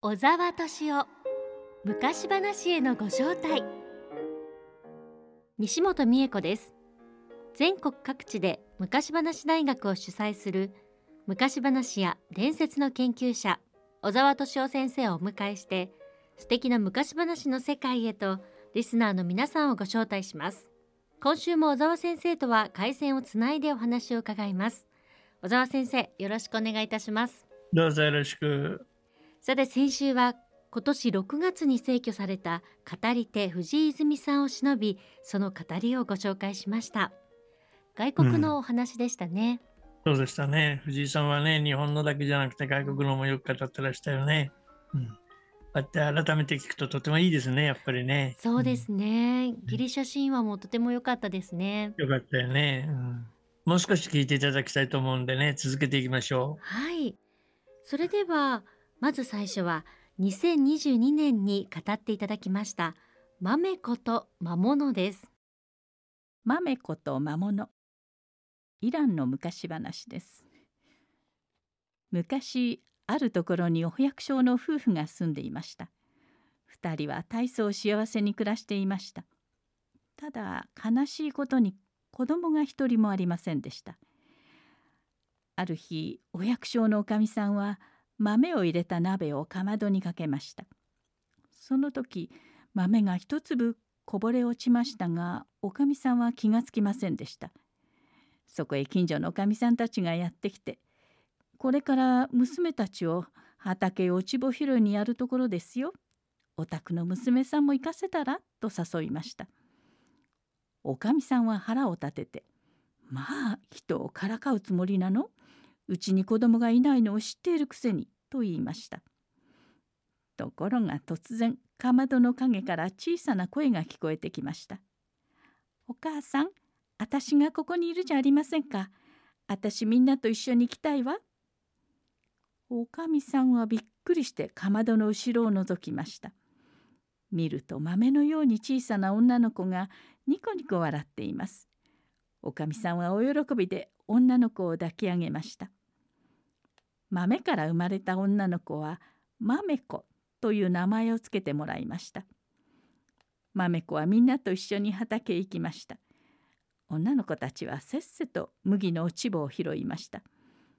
小沢敏夫昔話へのご招待。西本美恵子です。全国各地で昔話大学を主催する昔話や伝説の研究者小沢敏夫先生をお迎えして、素敵な昔話の世界へとリスナーの皆さんをご招待します。今週も小沢先生とは回線をつないでお話を伺います。小沢先生、よろしくお願いいたします。 どうぞよろしく。 さて、先週は今年6月に逝去された語り手藤井泉さんを偲び、その語りをご紹介しました。外国のお話でしたね。 そうでしたね。藤井さんはね、日本のだけじゃなくて外国のもよく語ってらしたよね。こうやって改めて聞くととてもいいですね、やっぱりね。 そうですね、ギリシャ神話もとても良かったですね。 よかったよね。もう少し聞いていただきたいと思うんでね、続けていきましょはい、それではまず最初は2022年に語っていただきました豆子と魔物です。 豆子と魔物、イランの昔話です。昔あるところにお百姓の夫婦が住んでいました。二人は大層幸せに暮らしていました。ただ悲しいことに子供が一人もありませんでした。ある日お百姓のおかみさんは豆を入れた鍋をかまどにかけました。その時豆が一粒こぼれ落ちましたが、おかみさんは気がつきませんでした。そこへ近所のおかみさんたちがやってきて、これから娘たちを畑へ落ち穂拾いにやるところですよ。お宅の娘さんも行かせたらと誘いました。おかみさんは腹を立てて、まあ人をからかうつもりなの？うちに子供がいないのを知っているくせにと言いました。ところが突然かまどの陰から小さな声が聞こえてきました。お母さん、私がここにいるじゃありませんか。私みんなと一緒に行きたいわ。おかみさんはびっくりしてかまどの後ろを覗きました。見ると豆のように小さな女の子がニコニコ笑っています。おかみさんはお喜びで女の子を抱き上げました。豆から生まれた女の子は豆子という名前をつけてもらいました。豆子はみんなと一緒に畑へ行きました。女の子たちはせっせと麦の落ち穂を拾いました。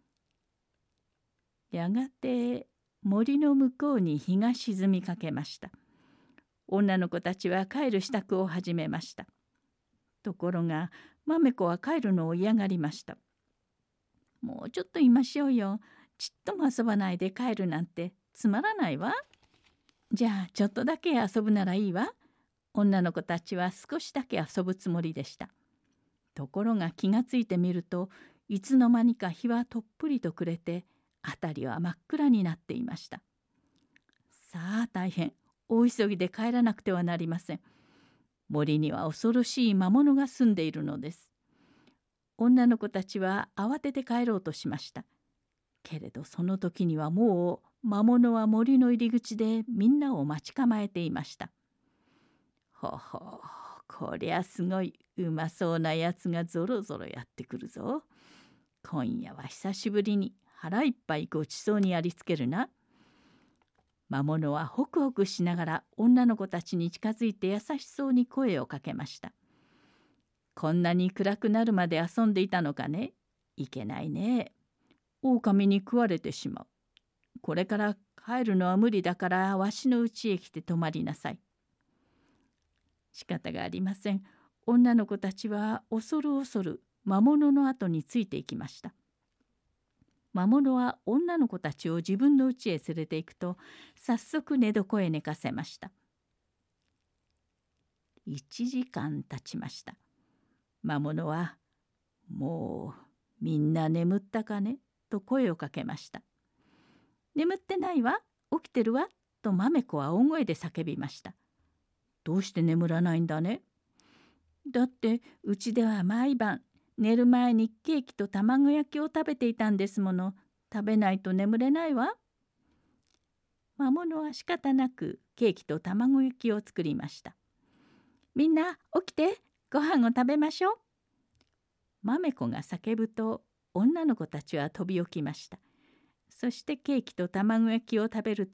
やがて森の向こうに日が沈みかけました。女の子たちは帰る支度を始めました。ところが豆子は帰るのを嫌がりました。もうちょっといましょうよ。ちっとも遊ばないで帰るなんてつまらないわ。じゃあちょっとだけ遊ぶならいいわ。女の子たちは少しだけ遊ぶつもりでした。ところが気がついてみると、いつの間にか日はとっぷりと暮れて、辺りは真っ暗になっていました。さあ大変、大急ぎで帰らなくてはなりません。森には恐ろしい魔物が住んでいるのです。女の子たちは慌てて帰ろうとしました。けれどその時にはもう魔物は森の入り口でみんなを待ち構えていました。ほほう、こりゃすごいうまそうなやつがぞろぞろやってくるぞ。今夜は久しぶりに腹いっぱいごちそうにやりつけるな。魔物はホクホクしながら女の子たちに近づいて優しそうに声をかけました。こんなに暗くなるまで遊んでいたのかね。いけないね。狼に食われてしまう。これから帰るのは無理だからわしの家へ来て泊まりなさい。仕方がありません。女の子たちは恐る恐る魔物の後についていきました。魔物は女の子たちを自分の家へ連れて行くと、早速寝床へ寝かせました。1時間経ちました。魔物は「もうみんな眠ったかね?」と声をかけました。眠ってないわ、起きてるわ、と豆子は大声で叫びました。どうして眠らないんだね。だってうちでは毎晩寝る前にケーキと卵焼きを食べていたんですもの。食べないと眠れないわ。魔物は仕方なくケーキと卵焼きを作りました。みんな起きて、ご飯を食べましょう。豆子が叫ぶと女の子たちは飛び起きました。そしてケーキと卵焼きを食べると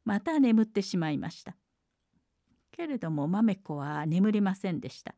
また眠ってしまいました。けれどもまめこは眠りませんでした。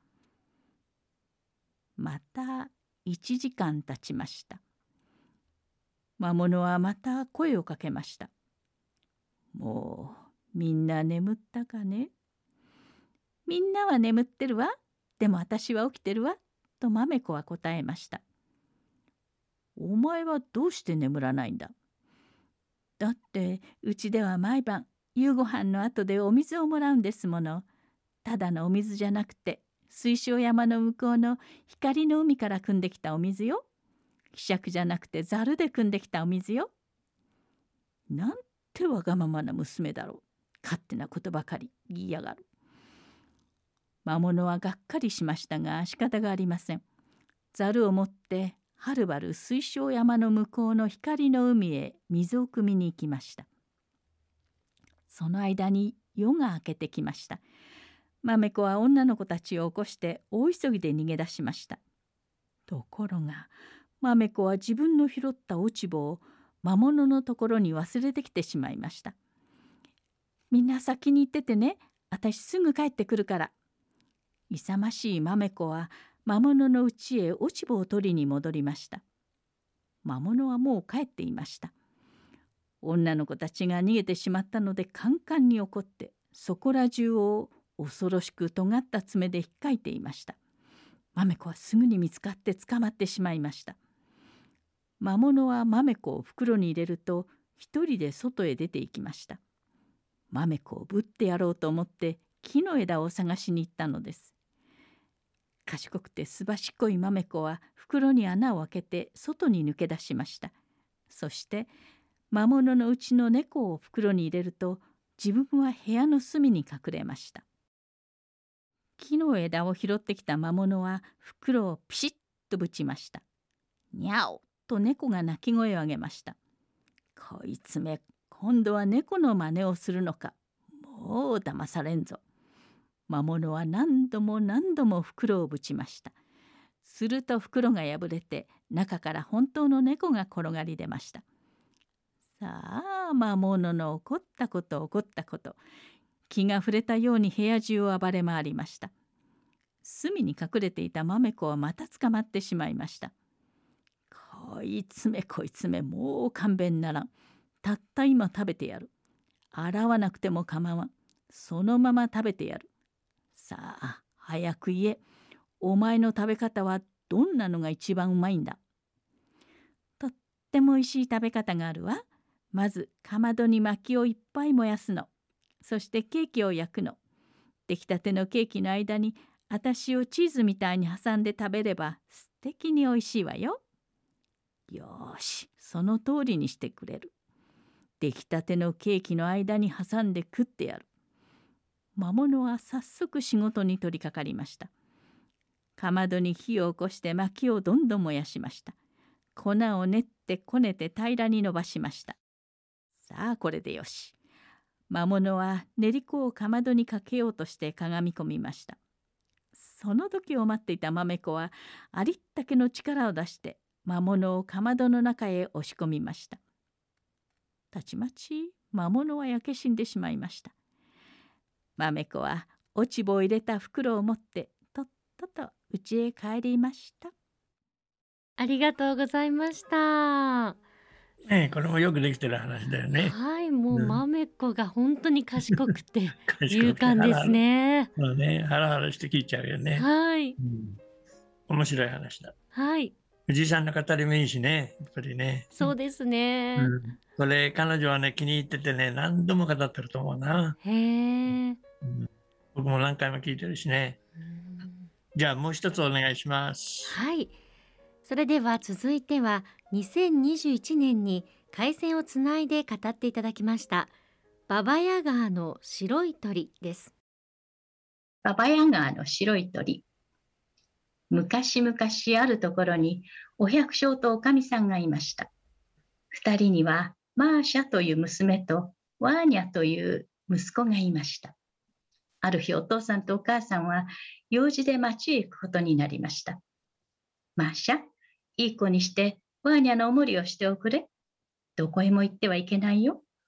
また1時間経ちました。魔物はまた声をかけました。もうみんな眠ったかね。みんなは眠ってるわ。でも私は起きてるわ。とまめこは答えました。お前はどうして眠らないんだ。だってうちでは毎晩夕ご飯の後でお水をもらうんですもの。ただのお水じゃなくて水晶山の向こうの光の海から汲んできたお水よ。希釈じゃなくてざるで汲んできたお水よ。なんてわがままな娘だろう。勝手なことばかり言いやがる。魔物はがっかりしましたが仕方がありません。ざるを持ってはるばる水晶山の向こうの光の海へ水を汲みに行きました。その間に夜が明けてきました。まめこは女の子たちを起こして大急ぎで逃げ出しました。ところがまめこは自分の拾った落ち穂を魔物のところに忘れてきてしまいました。みんな先に行っててね。私すぐ帰ってくるから。勇ましいまめこは魔物の家へ落ち穂を取りに戻りました。魔物はもう帰っていました。女の子たちが逃げてしまったのでカンカンに怒ってそこら中を恐ろしく尖った爪でひっかいていました。まめこはすぐに見つかって捕まってしまいました。魔物はまめこを袋に入れると一人で外へ出て行きました。まめこをぶってやろうと思って木の枝を探しに行ったのです。賢くてすばしっこいまめこは袋に穴を開けて外に抜け出しました。そして魔物のうちの猫を袋に入れると自分は部屋の隅に隠れました。木の枝を拾ってきた魔物は袋をピシッとぶちました。にゃおと猫が鳴き声を上げました。こいつめ、今度は猫の真似をするのか。もう騙されんぞ。魔物は何度も何度も袋をぶちました。すると袋が破れて中から本当の猫が転がり出ました。さあ魔物の起こったこと。気が触れたように部屋中を暴れ回りました。隅に隠れていたまめこはまた捕まってしまいました。こいつめ、もう勘弁ならん。たった今食べてやる。洗わなくても構わん。そのまま食べてやる。さあ早く言え。お前の食べ方はどんなのが一番うまいんだ。とってもおいしい食べ方があるわ。まずかまどに薪をいっぱい燃やすの。そしてケーキを焼くの。出来たてのケーキの間にあたしをチーズみたいに挟んで食べれば素敵においしいわよ。よし、その通りにしてくれる。出来たてのケーキの間に挟んで食ってやる。魔物は早速仕事に取り掛かりました。かまどに火を起こして薪をどんどん燃やしました。粉を練ってこねて平らに伸ばしました。さあこれでよし。魔物は練り粉をかまどにかけようとしてかがみ込みました。その時を待っていたまめこはありったけの力を出して魔物をかまどの中へ押し込みました。たちまち魔物は焼け死んでしまいました。まめこは落ち穂を入れた袋を持ってとっとと家へ帰りました。 ありがとうございました。 ねえ、これもよくできてる話だよね。 はい、もううんまめこが本当に賢くて賢くて勇敢ですね。 まあね、ハラハラして聞いちゃうよね。 はいうん、面白い話だ。 はい藤井さんの語りもいいしね、やっぱりね。 そうですね。 これ彼女はね気に入っててね何度も語ってると思うな。 へえ。 僕も何回も聞いてるしね。じゃあもう一つお願いします。 はい。それでは続いては2021年に回線をつないで語っていただきましたババヤガーの白い鳥です。 ババヤガーの白い鳥。昔々あるところにお百姓とおかみさんがいました。二人にはマーシャという娘とワーニャという息子がいました。ある日お父さんとお母さんは用事で町へ行くことになりました。マーシャ、いい子にしてワーニャのお守りをしておくれ。どこへも行ってはいけないよ。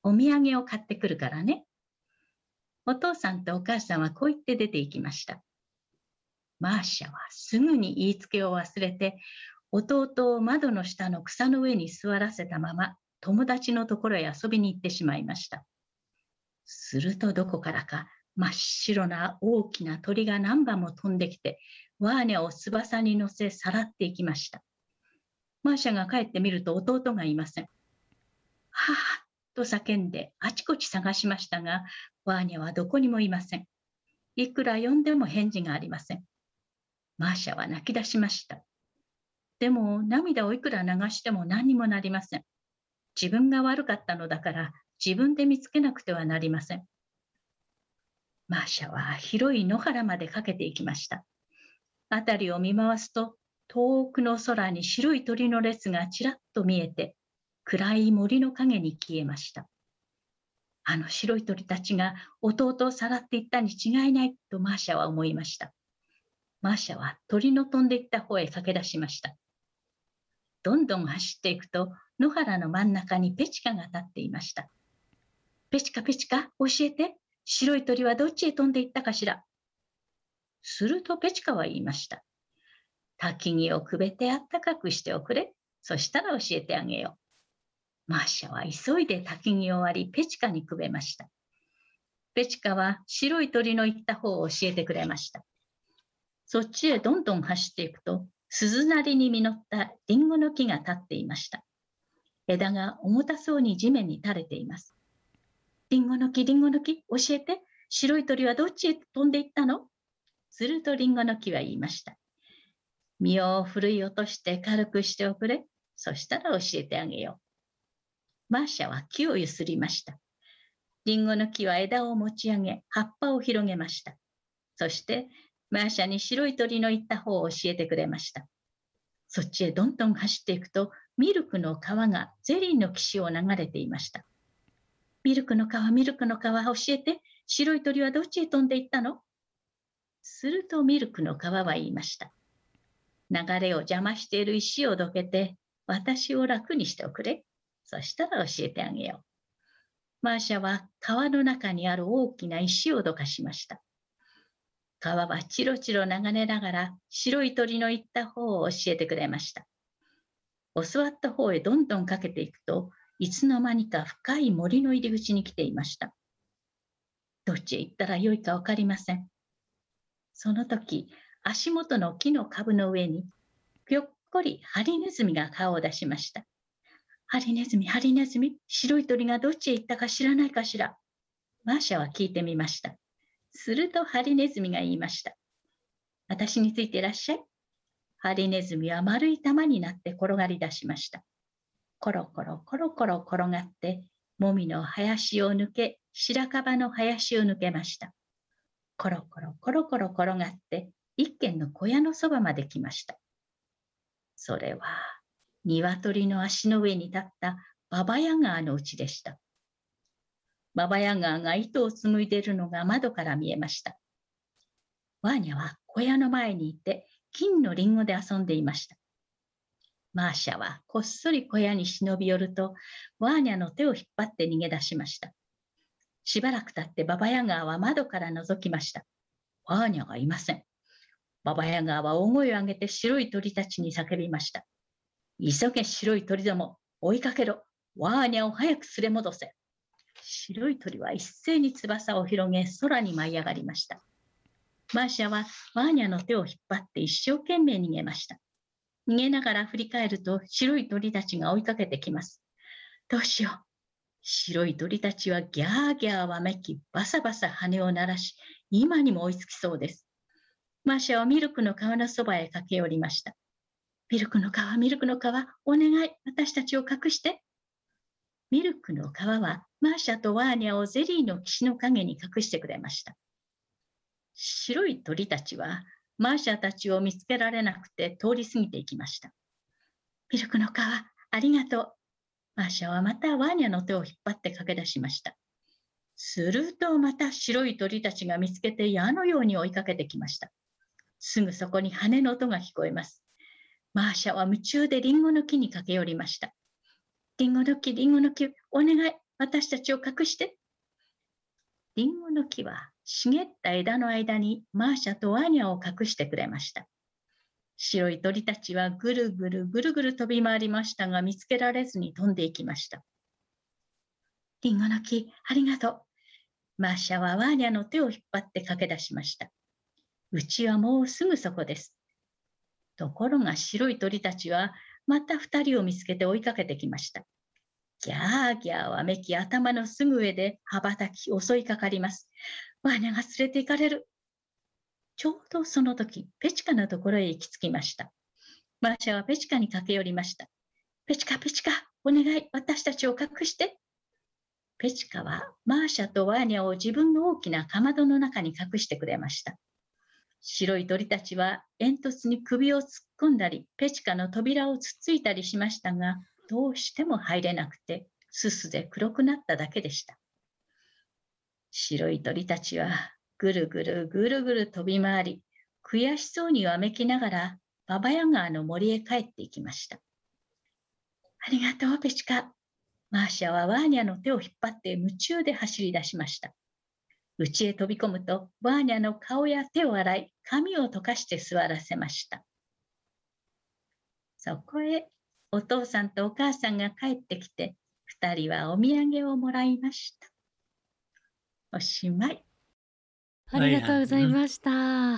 お土産を買ってくるからね。お父さんとお母さんはこう言って出て行きました。マーシャはすぐに言いつけを忘れて、弟を窓の下の草の上に座らせたまま、友達のところへ遊びに行ってしまいました。するとどこからか真っ白な大きな鳥が何羽も飛んできて、ワーニャを翼に乗せさらっていきました。マーシャが帰ってみると弟がいません。はあと叫んであちこち探しましたが、ワーニャはどこにもいません。いくら呼んでも返事がありません。マーシャは泣き出しました。でも涙をいくら流しても何にもなりません。自分が悪かったのだから自分で見つけなくてはなりません。マーシャは広い野原まで駆けていきました。辺りを見回すと、遠くの空に白い鳥の列がちらっと見えて、暗い森の影に消えました。あの白い鳥たちが弟をさらっていったに違いないとマーシャは思いました。マーシャは鳥の飛んでいった方へ駆け出しました。どんどん走っていくと、野原の真ん中にペチカが立っていました。ペチカペチカ、教えて、白い鳥はどっちへ飛んでいったかしら。するとペチカは言いました。焚き木をくべてあったかくしておくれ。そしたら教えてあげよう。マーシャは急いで焚き木を割りペチカにくべました。ペチカは白い鳥の行った方を教えてくれました。そっちへどんどん走っていくと、鈴なりに実ったリンゴの木が立っていました。枝が重たそうに地面に垂れています。リンゴの木、リンゴの木、教えて、白い鳥はどっちへ飛んでいったの？するとリンゴの木は言いました。実をふるい落として軽くしておくれ。そしたら教えてあげよう。マーシャは木をゆすりました。リンゴの木は枝を持ち上げ、葉っぱを広げました。そして、マーシャに白い鳥の行った方を教えてくれました。そっちへどんどん走っていくと、ミルクの川がゼリーの岸を流れていました。ミルクの川、ミルクの川、教えて、白い鳥はどっちへ飛んでいったの？するとミルクの川は言いました。流れを邪魔している石をどけて、私を楽にしておくれ。そしたら教えてあげよう。マーシャは川の中にある大きな石をどかしました。川はチロチロ流れながら白い鳥の行った方を教えてくれました。教わった方へどんどんかけていくと、いつの間にか深い森の入り口に来ていました。どっちへ行ったらよいかわかりません。その時、足元の木の株の上に、ぴょっこりハリネズミが顔を出しました。ハリネズミ、ハリネズミ、白い鳥がどっちへ行ったか知らないかしら。マーシャは聞いてみました。するとハリネズミが言いました。私についていらっしゃい。ハリネズミは丸い玉になって転がり出しました。コロコロコロコロ転がって、もみの林を抜け、白樺の林を抜けました。コロコロコロコロ転がって、一軒の小屋のそばまで来ました。それは、鶏の足の上に立ったババヤガーの家でした。ババヤガーが糸を紡いでいるのが窓から見えました。ワーニャは小屋の前にいて、金のリンゴで遊んでいました。マーシャはこっそり小屋に忍び寄ると、ワーニャの手を引っ張って逃げ出しました。しばらく経ってババヤガーは窓から覗きました。ワーニャがいません。ババヤガーは大声を上げて白い鳥たちに叫びました。急げ白い鳥ども、追いかけろ。ワーニャを早く連れ戻せ。白い鳥は一斉に翼を広げ空に舞い上がりました。マーシャはワーニャの手を引っ張って一生懸命逃げました。逃げながら振り返ると白い鳥たちが追いかけてきます。どうしよう。白い鳥たちはギャーギャーわめき、バサバサ羽を鳴らし、今にも追いつきそうです。マーシャはミルクの川のそばへ駆け寄りました。ミルクの川、ミルクの川、お願い、私たちを隠して。ミルクの川はマーシャとワーニャをゼリーの岸の陰に隠してくれました。白い鳥たちはマーシャたちを見つけられなくて通り過ぎていきました。ミルクの川、ありがとう。マーシャはまたワーニャの手を引っ張って駆け出しました。するとまた白い鳥たちが見つけて矢のように追いかけてきました。すぐそこに羽の音が聞こえます。マーシャは夢中でリンゴの木に駆け寄りました。リンゴの木、リンゴの木、お願い、 私たちを隠して。リンゴの木は茂った枝の間にマーシャとワーニャを隠してくれました。白い鳥たちはぐるぐるぐるぐる飛び回りましたが、見つけられずに飛んでいきました。リンゴの木、ありがとう。マーシャはワーニャの手を引っ張って駆け出しました。うちはもうすぐそこです。ところが白い鳥たちはまた2人を見つけて追いかけてきました。ギャーギャーわめき、頭のすぐ上で羽ばたき襲いかかります。ワーニャが連れて行かれる。ちょうどその時、ペチカのところへ行き着きました。マーシャはペチカに駆け寄りました。ペチカ、ペチカ、お願い、私たちを隠して。ペチカはマーシャとワーニャを自分の大きなかまどの中に隠してくれました。白い鳥たちは煙突に首を突っ込んだり、ペチカの扉をつっついたりしましたが、どうしても入れなくて、すすで黒くなっただけでした。白い鳥たちはぐるぐるぐるぐる飛び回り、悔しそうにわめきながらババヤ川の森へ帰っていきました。ありがとう、ペチカ。マーシャはワーニャの手を引っ張って夢中で走り出しました。家へ飛び込むと、ワーニャの顔や手を洗い、髪を溶かして座らせました。そこへお父さんとお母さんが帰ってきて、2人はお土産をもらいました。おしまい。 ありがとうございました。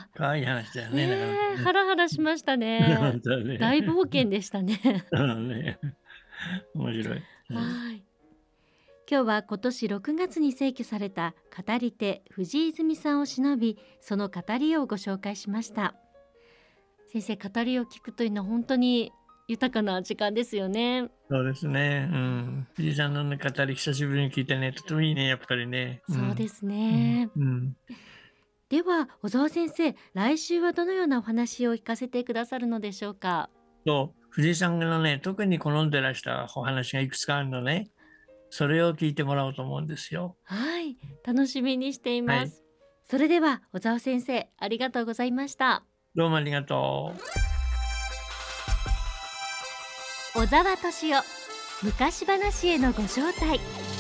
かわいい話だよね。だからねハラハラしましたね。 本当ね。 大冒険でしたね。 ね。面白い。 はい。今日は今年6月に逝去された語り手藤井泉さんを偲び、その語りをご紹介しました。先生、語りを聞くというのは本当に豊かな時間ですよね。 そうですね。藤井さんの、ね、語り久しぶりに聞いてね、とてもいいね、やっぱりね。 そうですね。では小沢先生、来週はどのようなお話を聞かせてくださるのでしょうか。 藤井さんのね、特に好んでらしたお話がいくつかあるのね。それを聞いてもらおうと思うんですよ。 はい、楽しみにしています。 はい、 それでは小沢先生、ありがとうございました。 どうもありがとう。小沢敏夫、昔話へのご招待。